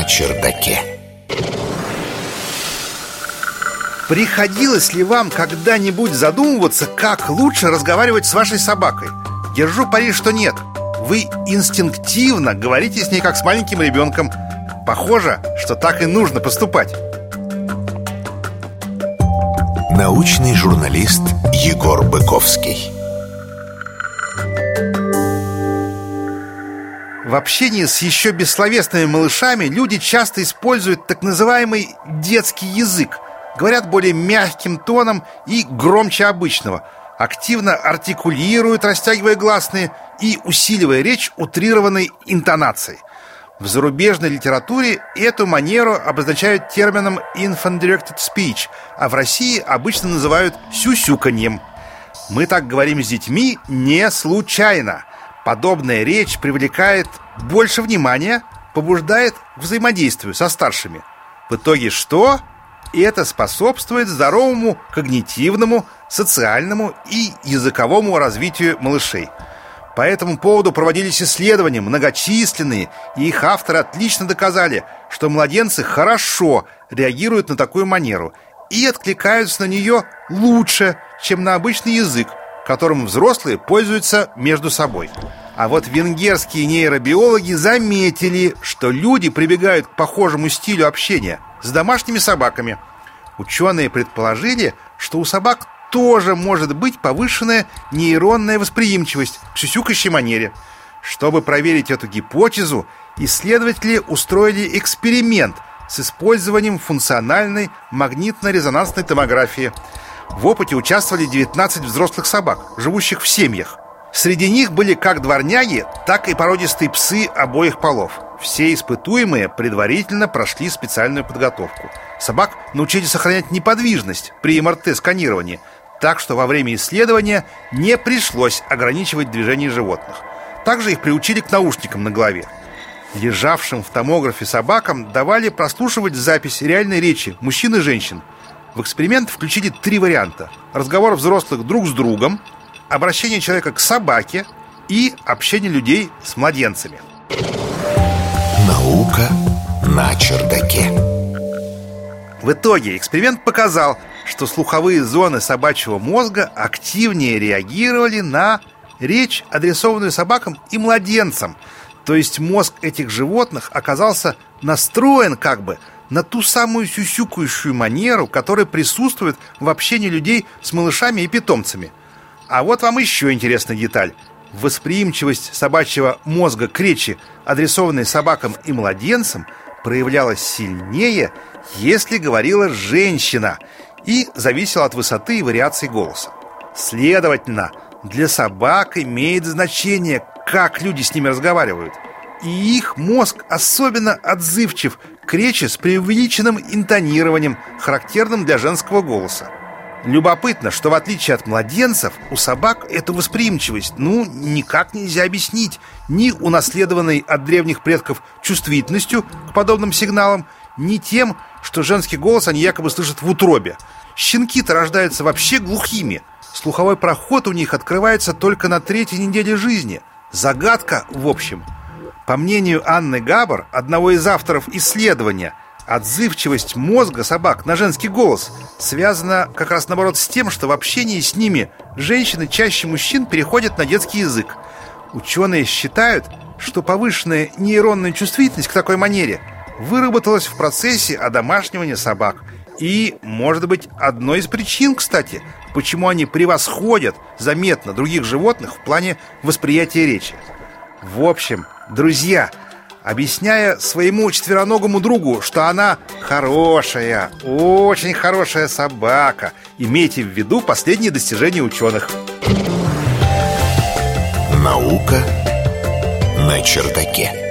чердаке. Приходилось ли вам когда-нибудь задумываться, как лучше разговаривать с вашей собакой? Держу пари, что нет. Вы инстинктивно говорите с ней, как с маленьким ребенком. Похоже, что так и нужно поступать. Научный журналист Егор Быковский. В общении с еще бессловесными малышами люди часто используют так называемый детский язык. Говорят более мягким тоном и громче обычного. Активно артикулируют, растягивая гласные и усиливая речь утрированной интонацией. В зарубежной литературе эту манеру обозначают термином infant-directed speech, а в России обычно называют сюсюканьем. Мы так говорим с детьми не случайно. Подобная речь привлекает больше внимания, побуждает к взаимодействию со старшими. В итоге что? Это способствует здоровому когнитивному, социальному и языковому развитию малышей. По этому поводу проводились исследования многочисленные, и их авторы отлично доказали, что младенцы хорошо реагируют на такую манеру и откликаются на нее лучше, чем на обычный язык, которым взрослые пользуются между собой. А вот венгерские нейробиологи заметили, что люди прибегают к похожему стилю общения с домашними собаками. Ученые предположили, что у собак тоже может быть повышенная нейронная восприимчивость к сюсюкающей манере. Чтобы проверить эту гипотезу, исследователи устроили эксперимент с использованием функциональной магнитно-резонансной томографии. В опыте участвовали 19 взрослых собак, живущих в семьях. Среди них были как дворняги, так и породистые псы обоих полов. Все испытуемые предварительно прошли специальную подготовку. Собак научили сохранять неподвижность при МРТ-сканировании, так что во время исследования не пришлось ограничивать движение животных. Также их приучили к наушникам на голове. Лежавшим в томографе собакам давали прослушивать запись реальной речи мужчин и женщин. В эксперимент включили 3 варианта: разговор взрослых друг с другом, обращение человека к собаке и общение людей с младенцами. Наука на чердаке. В итоге эксперимент показал, что слуховые зоны собачьего мозга активнее реагировали на речь, адресованную собакам и младенцам. То есть мозг этих животных оказался настроен как бы на ту самую сюсюкающую манеру, которая присутствует в общении людей с малышами и питомцами. А вот вам еще интересная деталь. Восприимчивость собачьего мозга к речи, адресованной собакам и младенцам, проявлялась сильнее, если говорила женщина, и зависела от высоты и вариации голоса. Следовательно, для собак имеет значение, как люди с ними разговаривают. И их мозг особенно отзывчив к речи с преувеличенным интонированием, характерным для женского голоса. Любопытно, что в отличие от младенцев, у собак эту восприимчивость никак нельзя объяснить ни унаследованной от древних предков чувствительностью к подобным сигналам, ни тем, что женский голос они якобы слышат в утробе. Щенки-то рождаются вообще глухими. Слуховой проход у них открывается только на 3-й неделе жизни. Загадка, в общем. По мнению Анны Габор, одного из авторов исследования, отзывчивость мозга собак на женский голос связана как раз наоборот с тем, что в общении с ними женщины чаще мужчин переходят на детский язык. Ученые считают, что повышенная нейронная чувствительность к такой манере выработалась в процессе одомашнивания собак. И, может быть, одной из причин, кстати, почему они превосходят заметно других животных в плане восприятия речи. В общем, друзья, объясняя своему четвероногому другу, что она хорошая, очень хорошая собака, имейте в виду последние достижения ученых. Наука на чердаке.